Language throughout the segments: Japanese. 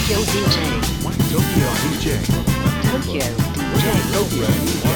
Tokyo DJ. Tokyo DJ. Tokyo DJ.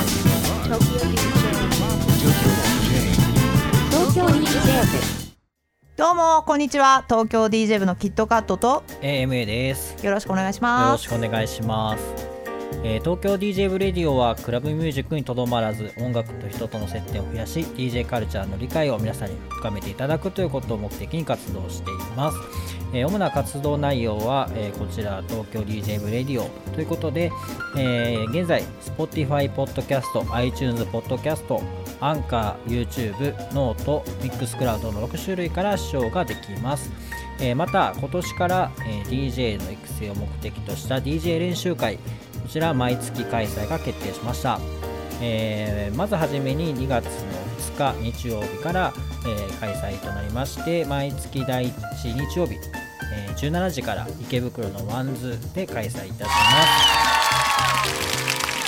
Tokyo DJ. どうもこんにちは。東京 DJ 部のキットカットと AMA です。 よろしくお願いしよます。 ろしくお願いします。東京 DJ 部レディオはクラブミュージックにとどまらず音楽と人との接点を増やし DJ カルチャーの理解を皆さんに深めていただくということを目的に活動しています。主な活動内容は、こちら東京 DJ 部レディオということで、現在 Spotify ポッドキャスト iTunes ポッドキャストアンカー YouTube ノートミックスクラウドの6種類から視聴ができます。また今年から、DJ の育成を目的とした DJ 練習会こちら毎月開催が決定しました。まずはじめに2月の2日日曜日から、開催となりまして毎月第1日曜日、17時から池袋のワンズで開催いたします。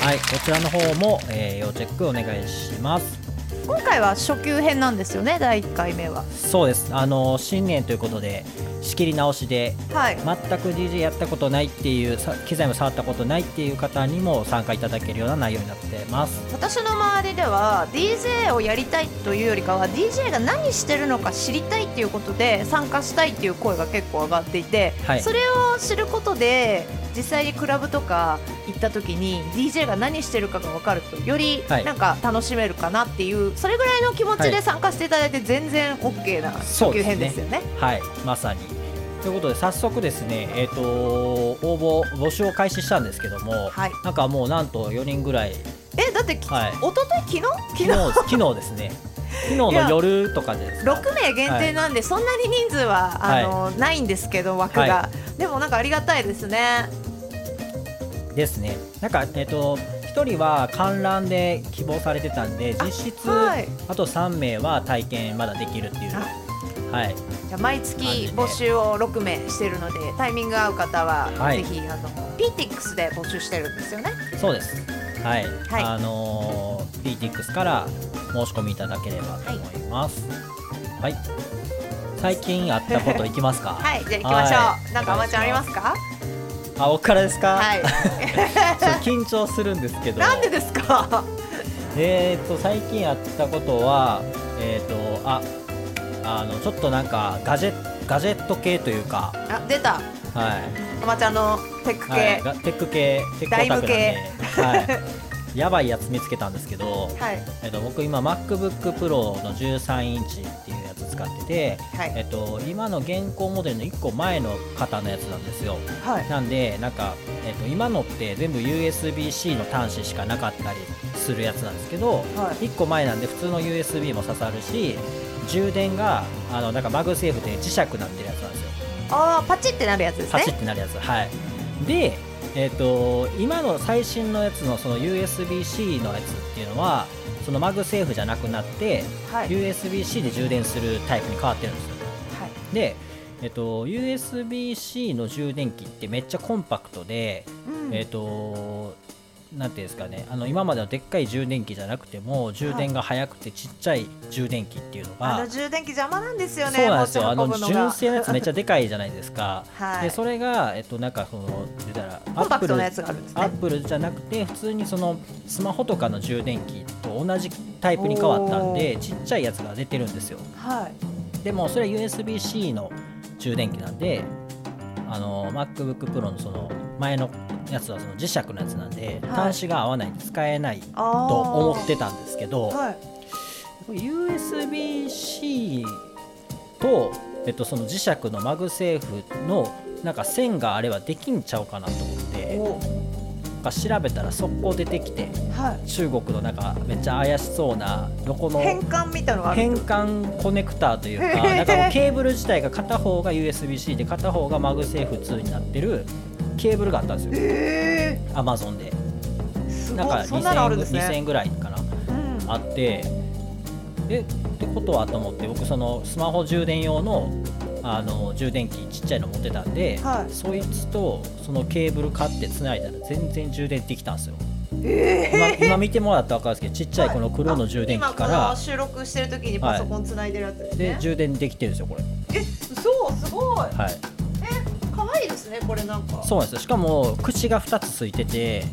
はい、こちらの方も、要チェックお願いします。 今回は初級編なんですよね。第1回目は。 そうです。新年ということで仕切り直しで、 はい、 全く DJ やったことないっていう機材も触ったことないっていう方にも参加いただけるような内容になってます。 私の周りでは DJ をやりたいというよりかは DJ が何してるのか知りたいっていうことで参加したいっていう声が結構上がっていて、 はい、 それを知ることで実際にクラブとか行った時に DJ が何してるかが分かるとよりなんか楽しめるかなっていう、それぐらいの気持ちで参加していただいて全然 OK な初級編ですよね。 はい、まさにということで早速ですね、募集を開始したんですけども、はい、なんかもうなんと4人ぐらいだって、はい、おととい昨日ですね昨日の夜とかですか。 6名限定なんで、はい、そんなに人数はないんですけど枠が、はい、でもなんかありがたいですね。 ですね。なんか1人は観覧で希望されてたんで実質 あと3名は体験まだできるっていう。はい、 じゃ毎月募集を6名してるのでタイミング合う方は、はい、ぜひPTX で募集してるんですよね。 そうです。はい、はい、PTX から申し込みいただければと思います。はい、はい、最近あったこといきますか。 はい、じゃあ行きましょう。はい、なんかあまちゃんありますか。 僕からですか。 はい緊張するんですけど。 なんでですか。 最近あったことはちょっとなんかガジェット系というか。 出た。 はい。 あまちゃんのテック系。 はい、テック系、テックオタクなんで。はい。やばいやつ見つけたんですけど、はい、僕今 MacBook Pro の13インチっていうやつ使ってて、はい、今の現行モデルの1個前の型のやつなんですよ。はい、なんでなんか、今のって全部 USB-C の端子しかなかったりするやつなんですけど、はい、1個前なんで普通の USB も刺さるし充電がなんかマグセーフで磁石になってるやつなんですよ。 パチってなるやつですね。 パチってなるやつ。はい。で今の最新のやつのその USB-C のやつっていうのはそのマグセーフじゃなくなって、はい、USB-C で充電するタイプに変わってるんですよ。はい、で、USB-C の充電器ってめっちゃコンパクトで、なんていうんですかね、今までのでっかい充電器じゃなくても充電が速くてちっちゃい充電器っていうのが、 充電器邪魔なんですよね。 そうなんですよ。純正のやつめっちゃでかいじゃないですか。はい、でそれがなんか言ったらコンパクトなやつがあるんですね。 アップルじゃなくて普通にそのスマホとかの充電器と同じタイプに変わったんでちっちゃいやつが出てるんですよ。はい、でもそれは USB-C の充電器なんでMacBook Pro のその前のやつはその磁石のやつなんで、はい、端子が合わないんで使えないと思ってたんですけど、はい、USB-C と、その磁石のマグセーフのなんか線があればできんちゃうかなと思って調べたら速攻出てきて、はい、中国のなんかめっちゃ怪しそうなどこの変換みたいなのがある変換コネクターというかなんかもうケーブル自体が片方が USB-C で片方がマグセーフ2になってるケーブルがあったんですよ。Amazon でなんか2000円ぐらいかな、あってってことはと思って僕そのスマホ充電用の充電器ちっちゃいの持ってたんで、はい、そいつとそのケーブル買ってつないだら全然充電できたんですよ。今見てもらったら分かるんですけどちっちゃいこの黒の充電器から、 今この収録してる時にパソコンつないでるやつですね。 で充電できてるんですよこれ。 そうすごい。 はい。 可愛いですねこれ。 れなんかそうなんですよ。しかも口が2つついてて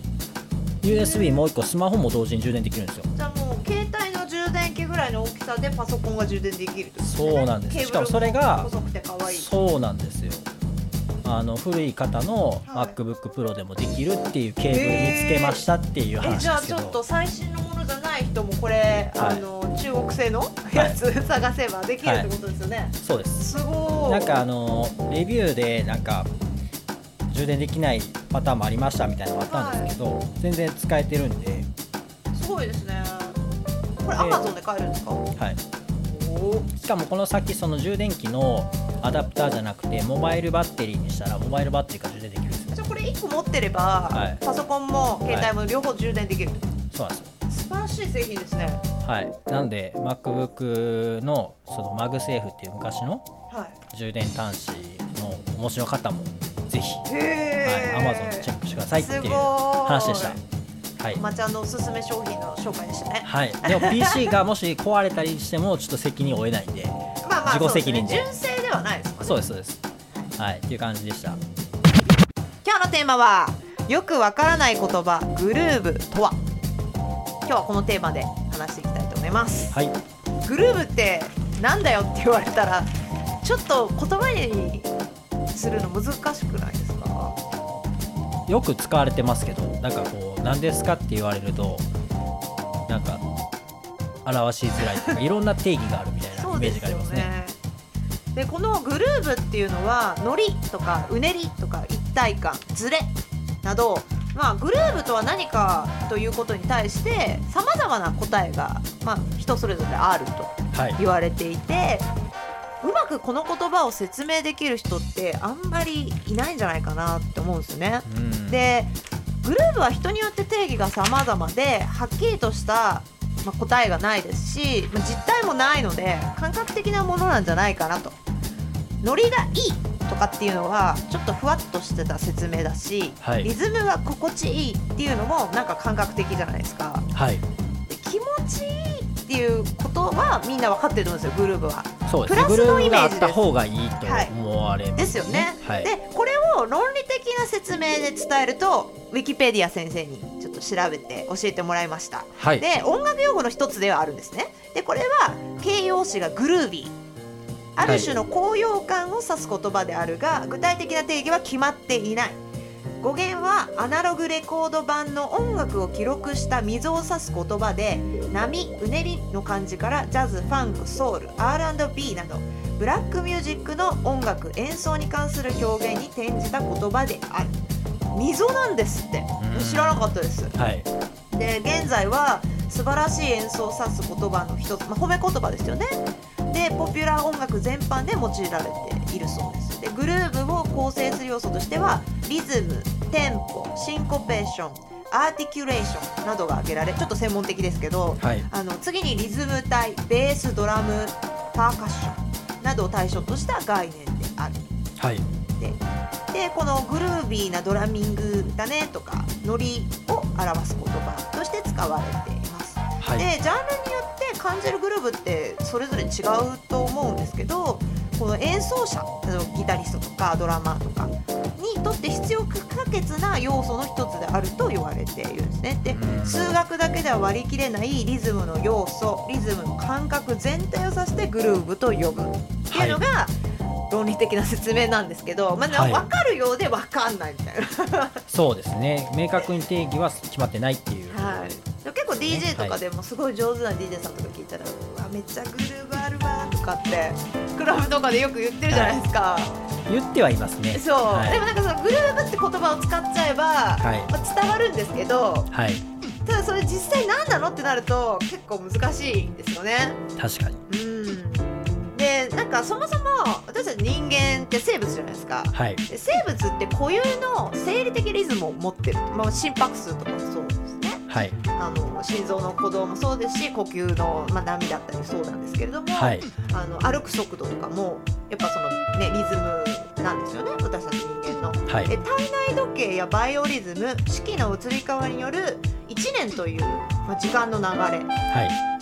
USB もう1個スマホも同時に充電できるんですよ。 じゃあもう携帯の充電器ぐらいの大きさでパソコンが充電できるってことですね。 そうなんです。しかもそれが細くて可愛い。 そうなんですよ。古い方の MacBook Pro でもできるっていうケーブル見つけましたっていう話ですけど、 じゃあちょっと最新のものじゃない人もこれ、中国製のやつ、探せばできるってことですよね。 そうです。 すごい。 なんかレビューでなんか充電できないパターンもありましたみたいなのがあったんですけど、全然使えてるんで。 すごいですね。これ Amazon で買えるんですか？ はい。しかもこの先その充電器のアダプターじゃなくてモバイルバッテリーにしたらモバイルバッテリーから充電できるんですよ。 じゃあこれ1個持ってれば、パソコンも携帯も両方充電できる、 そうなんですよ。 素晴らしい製品ですね。 はい。なんで MacBook のそのマグセーフっていう昔の充電端子のお持ちの方もぜひ、Amazon でチェックしてくださいっていう話でした。はい、 まちゃんのおすすめ商品の紹介でしたね。 はい。でも PC がもし壊れたりしてもちょっと責任を負えないんで自己責任で、 純正ではないですもんね。 そうですそうです。はい、っていう感じでした。 今日のテーマはよくわからない言葉グルーブとは。今日はこのテーマで話していきたいと思います。 はい。 グルーブってなんだよって言われたらちょっと言葉にするの難しくないですか？ よく使われてますけど、なんかこう何ですかって言われるとなんか表しづらいとかいろんな定義があるみたいなイメージがありますね。 でこのグルーブっていうのはノリとかうねりとか一体感ズレなど、グルーブとは何かということに対してさまざまな答えが、人それぞれあると言われていて、うまくこの言葉を説明できる人ってあんまりいないんじゃないかなって思うんですよね。でグルーブは人によって定義が様々ではっきりとした、答えがないですし、実態もないので感覚的なものなんじゃないかなと。ノリがいいとかっていうのはちょっとふわっとしてた説明だし、リズムが心地いいっていうのもなんか感覚的じゃないですか。で気持ちいいっていうことはみんな分かってると思うんですよ。グルーブはそうです。 プラスのイメージです。 グルーブがあった方がいいと思われます、 ですよね。でこれを論理的な説明で伝えるとウィキペディア先生にちょっと調べて教えてもらいました。で音楽用語の一つではあるんですね。でこれは形容詞がグルービー、ある種の高揚感を指す言葉であるが、具体的な定義は決まっていない。語源はアナログレコード版の音楽を記録した溝を指す言葉で、波、うねりの漢字からジャズ、ファンク、ソウル、R&B などブラックミュージックの音楽、演奏に関する表現に転じた言葉である。溝なんですって。知らなかったです。で現在は素晴らしい演奏を指す言葉の一つ、褒め言葉ですよね。でポピュラー音楽全般で用いられているそうです。でグルーブを構成する要素としてはリズム、テンポ、シンコペーション、アーティキュレーションなどが挙げられ、ちょっと専門的ですけど、次にリズム体、ベース、ドラム、パーカッションなどを対象とした概念である。でこのグルービーなドラミングだねとかノリを表す言葉として使われています。でジャンルによって感じるグルーブってそれぞれ違うと思うんですけど、この演奏者、ギタリストとかドラマーとかにとって必要不可欠な要素の一つであると言われているんですね。で数学だけでは割り切れないリズムの要素、リズムの感覚全体を指してグルーブと呼ぶっていうのが、論理的な説明なんですけど、分かるようで分かんないみたいなそうですね。明確に定義は決まってないっていう、 結構 DJ とかでもすごい上手な DJ さんとか聞いたら、うわめっちゃグルーブあるわとかってクラブとかでよく言ってるじゃないですか。 言ってはいますね。 そう、でもなんかそのグルーブって言葉を使っちゃえば、伝わるんですけど、ただそれ実際何なのってなると結構難しいんですよね。 確かに。 でなんかそもそも私たち人間って生物じゃないですか。で生物って固有の生理的リズムを持ってる、心拍数とかもそうですね。心臓の鼓動もそうですし、呼吸の、波だったりそうなんですけれども、歩く速度とかもやっぱその、リズムなんですよね、私たち人間の。体内時計やバイオリズム、四季の移り変わりによる1年という、時間の流れ、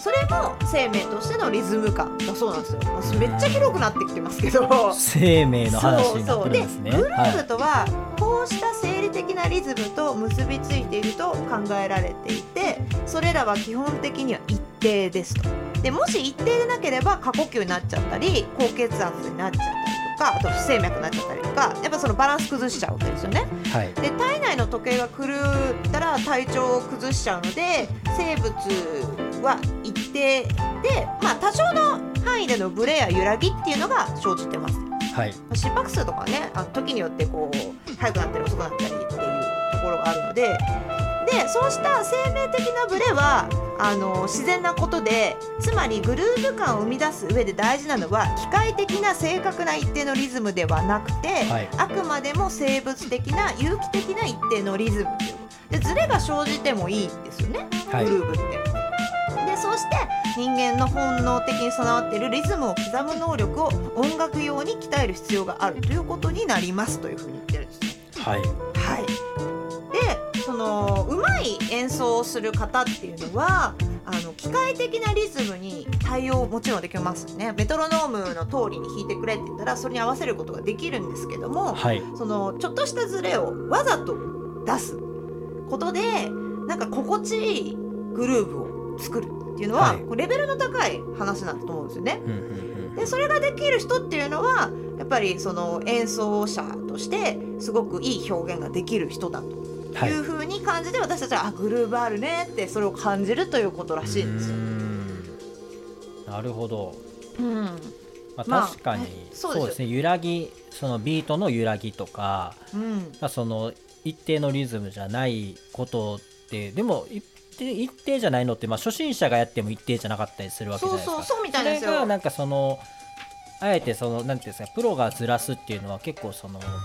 それも生命としてのリズム感だそうなんですよ。めっちゃ広くなってきてますけど、 生命の話になってるんですね。 でグルーヴとはこうした生理的なリズムと結びついていると考えられていて、それらは基本的には一定ですと。でもし一定でなければ過呼吸になっちゃったり高血圧になっちゃったりとか、あと不整脈になっちゃったりとか、やっぱそのバランス崩しちゃうわけですよね。 はい、 で体内の時計が狂ったら体調を崩しちゃうので、生物は一定で、多少の範囲でのブレや揺らぎっていうのが生じてます。 はい、 心拍数とかね、時によってこう速くなったり遅くなったりっていうところがあるので、そうした生命的なブレは自然なことで、つまりグルーヴ感を生み出す上で大事なのは機械的な正確な一定のリズムではなくて、はい、あくまでも生物的な有機的な一定のリズムで、ズレが生じてもいいんですよね、はい、グルーヴって。でそうして人間の本能的に備わっているリズムを刻む能力を音楽用に鍛える必要があるということになりますというふうに言ってるんですね。 はい、はいでそのうまい演奏をする方っていうのは機械的なリズムに対応もちろんできますね。メトロノームの通りに弾いてくれって言ったらそれに合わせることができるんですけども、はい、そのちょっとしたズレをわざと出すことでなんか心地いいグルーヴを作るっていうのは、はい、レベルの高い話なんだと思うんですよね。でそれができる人っていうのはやっぱりその演奏者としてすごくいい表現ができる人だという風に感じて、私たちはグルーヴあるねってそれを感じるということらしいんですよ。 なるほど、確かに、 そうですね、揺らぎ、そのビートの揺らぎとか、その一定のリズムじゃないことってでも一定じゃないのって、初心者がやっても一定じゃなかったりするわけじゃないですか。 そうみたいですよ。 それがなんかあえてなんていうんですか、プロがずらすっていうのは結構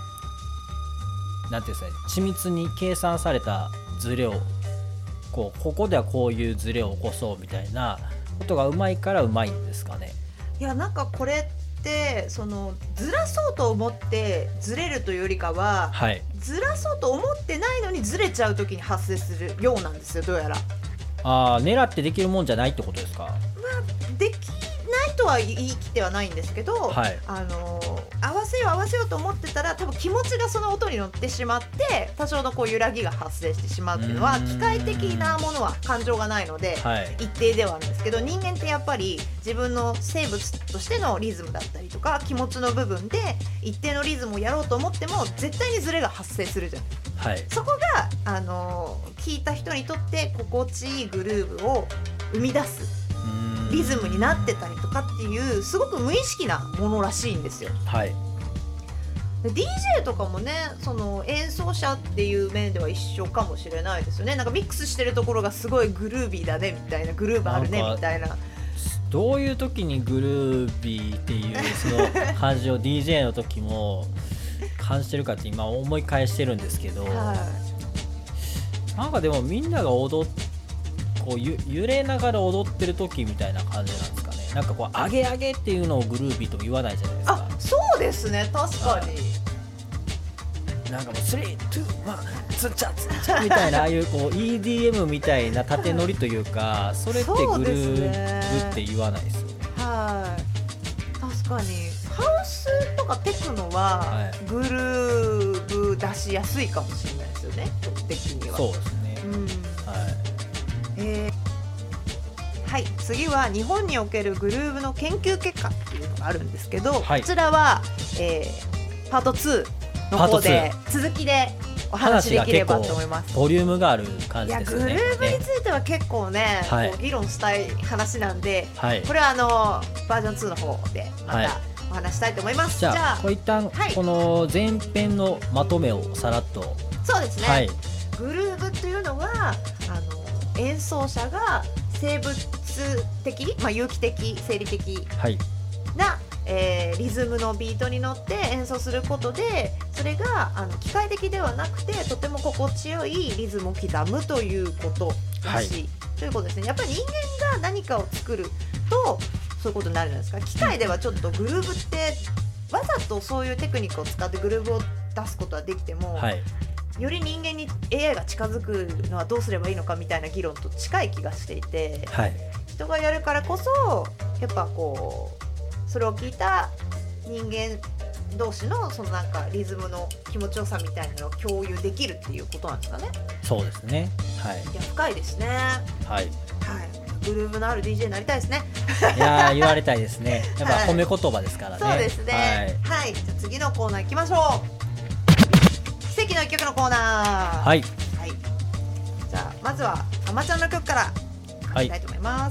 なんていうんですか、緻密に計算されたズレをここではこういうズレを起こそうみたいなことがうまいからうまいんですかね。いやなんかこれってずらそうと思ってずれるというよりかは、はい、ずらそうと思ってないのにずれちゃう時に発生するようなんですよ、どうやら。 狙ってできるもんじゃないってことですか。 できないとは言い切ってはないんですけど、はい、合わせようと思ってたら多分気持ちがその音に乗ってしまって多少の揺らぎが発生してしまうっていうのは機械的なものは感情がないので、一定ではあるんですけど、人間ってやっぱり自分の生物としてのリズムだったりとか気持ちの部分で一定のリズムをやろうと思っても絶対にズレが発生するじゃん。はい、そこが聞いた人にとって心地いいグルーヴを生み出すリズムになってたりとかっていうすごく無意識なものらしいんですよ。はい、DJ とかもね、演奏者っていう面では一緒かもしれないですよね。なんかミックスしてるところがすごいグルービーだねみたいな、グルーヴあるねみたいな。 どういう時にグルービーっていうその感じを DJ の時も感じてるかって今思い返してるんですけど、なんかでもみんなが揺れながら踊ってる時みたいな感じなんですかね。なんか上げ上げっていうのをグルービーとも言わないじゃないですか。 そうですね、確かに。 なんかもう3、2、1ツンチャツンチャみたいなああいうEDM みたいな縦乗りというか、それってグルーヴって言わないですよね。はい、 確かにハウスとかテクノはグルーヴ出しやすいかもしれないですよね、曲的には。 そうですね、 はい、次は日本におけるグルーヴの研究結果っていうのがあるんですけど、こちらは、パート2の方で続きでお話できればと思います。 ボリュームがある感じですね。 いやグルーヴについては結構ね、議論したい話なんで、これはバージョン2の方でまたお話したいと思います。 じゃあ一旦この前編のまとめをさらっと。 そうですね、グルーヴというのは演奏者が生物的、有機的、生理的な、リズムのビートに乗って演奏することで、それが機械的ではなくてとても心地よいリズムを刻むということらしい、ということですね。やっぱり人間が何かを作るとそういうことになるじゃないですか。機械ではちょっとグルーヴってわざとそういうテクニックを使ってグルーヴを出すことはできても、より人間に AI が近づくのはどうすればいいのかみたいな議論と近い気がしていて、一人がやるからこそやっぱこうそれを聞いた人間同士のそのなんかリズムの気持ちよさみたいなのを共有できるっていうことなんですかね。 そうですね。はい。 いや深いですね。 はい。 はい。グルーヴのある DJ になりたいですね。 いやー言われたいですね。やっぱ褒め言葉ですからね。 そうですね。はい。じゃあ次のコーナー行きましょう。奇跡の一曲のコーナー。 はい。 はい。じゃあまずはあまちゃんの曲からいきたいと思います。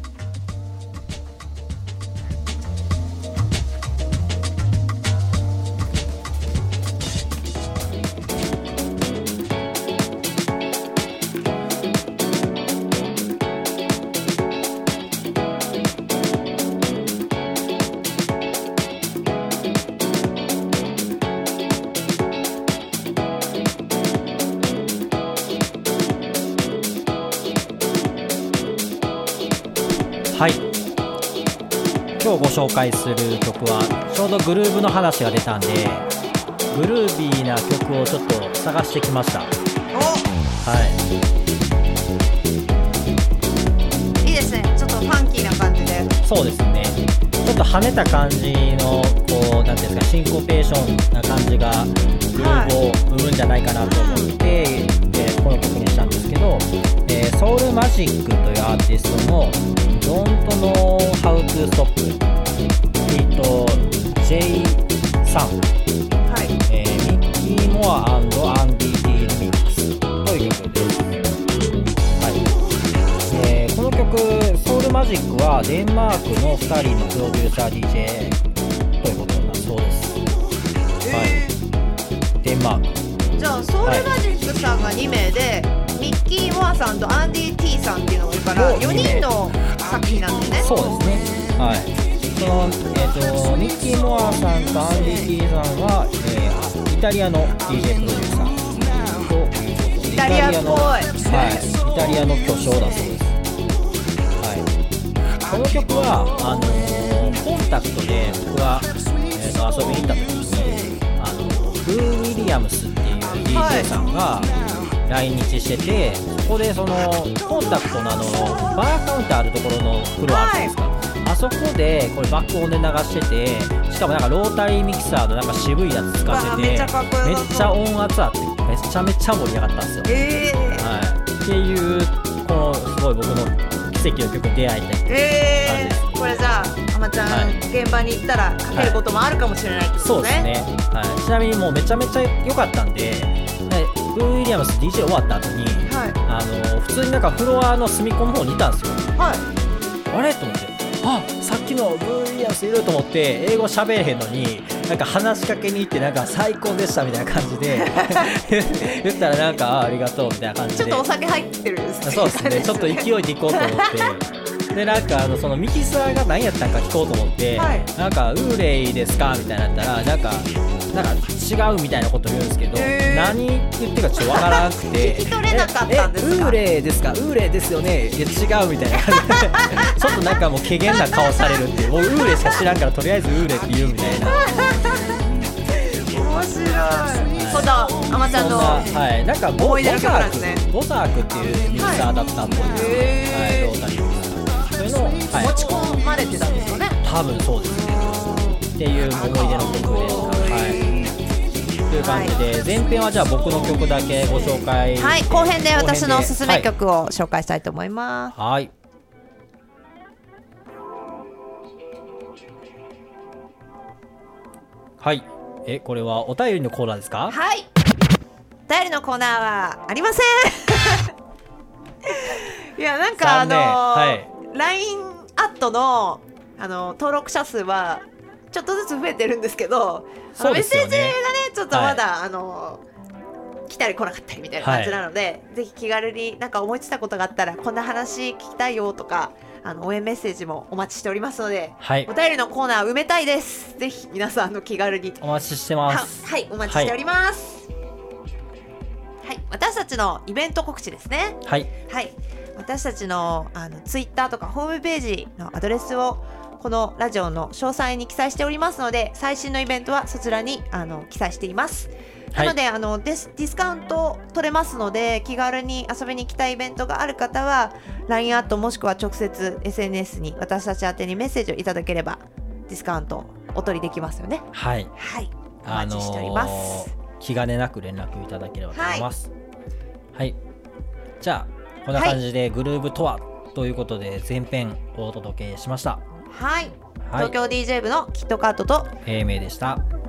はい、今日ご紹介する曲はちょうどグルーヴの話が出たんで、グルービーな曲をちょっと探してきました。はい、 いいですね。ちょっとファンキーな感じで。 そうですね。ちょっと跳ねた感じのこうなんていうんですか、シンコペーションな感じがグルーヴを生むんじゃないかなと思って、この曲にしたんですけど、ソウルマジックというアーティストのDon't Know How to Stop フィート J さん、はい、ミッキー・モア&アンディ・ティ・リミックスという曲です。はい、この曲ソウルマジックはデンマークの2人のプロデューサー DJ ということだそうです。はい、デンマーク。じゃあソウルマジックさんが2名で、ミッキー・モアさんとアンディ・ティさんっていうのがいるから4人の作品なんですね。そうですね。はい。そのミッキー・モアさんとアンディ・ティさんは、イタリアの DJ プロデューサーということで、イタリアっぽい。はい。イタリアの巨匠だそうです。はい。この曲はコンタクトで僕は、遊びに行った時にブー・ウィリアムスっていう DJ さんが来日してて、そこでそのコンタクトのバーカウンターあるところのフロアあるじゃないですか、あそこでこれバック音で流してて、しかもなんかロータリーミキサーのなんか渋いやつ使ってて、めっちゃ音圧あってめちゃめちゃ盛り上がったんですよ。はい、っていうこのすごい僕の奇跡の曲に出会いたいっていう感じです。これじゃああまちゃん、はい、現場に行ったらかけることもあるかもしれないってことですね。そうですね。はい、ちなみにもうめちゃめちゃ良かったんで、ブー・ウィリアムス DJ 終わった後に、はい、普通になんかフロアの隅っこの方にいたんですよ。はい、あれと思って、あ、さっきのブー・ウィリアムスいると思って英語喋れへんのになんか話しかけに行って、なんか最高でしたみたいな感じで言ったらなんか ありがとうみたいな感じで、ちょっとお酒入ってるんですね。そうですね。ちょっと勢いで行こうと思ってでなんかそのミキサーが何やったんか聞こうと思って、はい、なんかウーレイですかみたいなったらなんか違うみたいなこと言うんですけど、何言ってるかちょっとわからなくて聞き取れなかったんですか。ウーレイですか、ウーレイですよね、いや違うみたいな感じでちょっとなんかもう怪げな顔されるっていう、もうウーレイしか知らんからとりあえずウーレイって言うみたいな面白い。そんなあまちゃんの、はい、なんかボザークっていうミキサーだったんで、はい、ロータリーそういうのを、はい、持ち込まれてたんですよね。多分そうですね。っていう思い出の曲です。はい。という感じで、前編はじゃあ僕の曲だけご紹介。はい。後編で私のおすすめ曲を紹介したいと思います。はい。はい。これはお便りのコーナーですか？はい。お便りのコーナーはありません。いやなんかはい、LINE アットの登録者数はちょっとずつ増えてるんですけど、メッセージがねちょっとまだ、はい、来たり来なかったりみたいな感じなので、はい、ぜひ気軽になんか思いついたことがあったらこんな話聞きたいよとか応援メッセージもお待ちしておりますので、はい、お便りのコーナー埋めたいです。ぜひ皆さん気軽にお待ちしてます。はい、お待ちしております。はい、私たちのイベント告知ですね。はい、はい、私たちのツイッターとかホームページのアドレスをこのラジオの詳細に記載しておりますので、最新のイベントはそちらに記載しています。 なのでディスカウント取れますので、気軽に遊びに行きたいイベントがある方は LINE アットもしくは直接 SNS に私たち宛てにメッセージをいただければディスカウントお取りできますよね。 はい、 はい、お待ちしております。 気兼ねなく連絡いただければと思います。はい、じゃあこんな感じでグルーブとはということで前編をお届けしました。 はい、東京 DJ 部のキットカットと英明でした。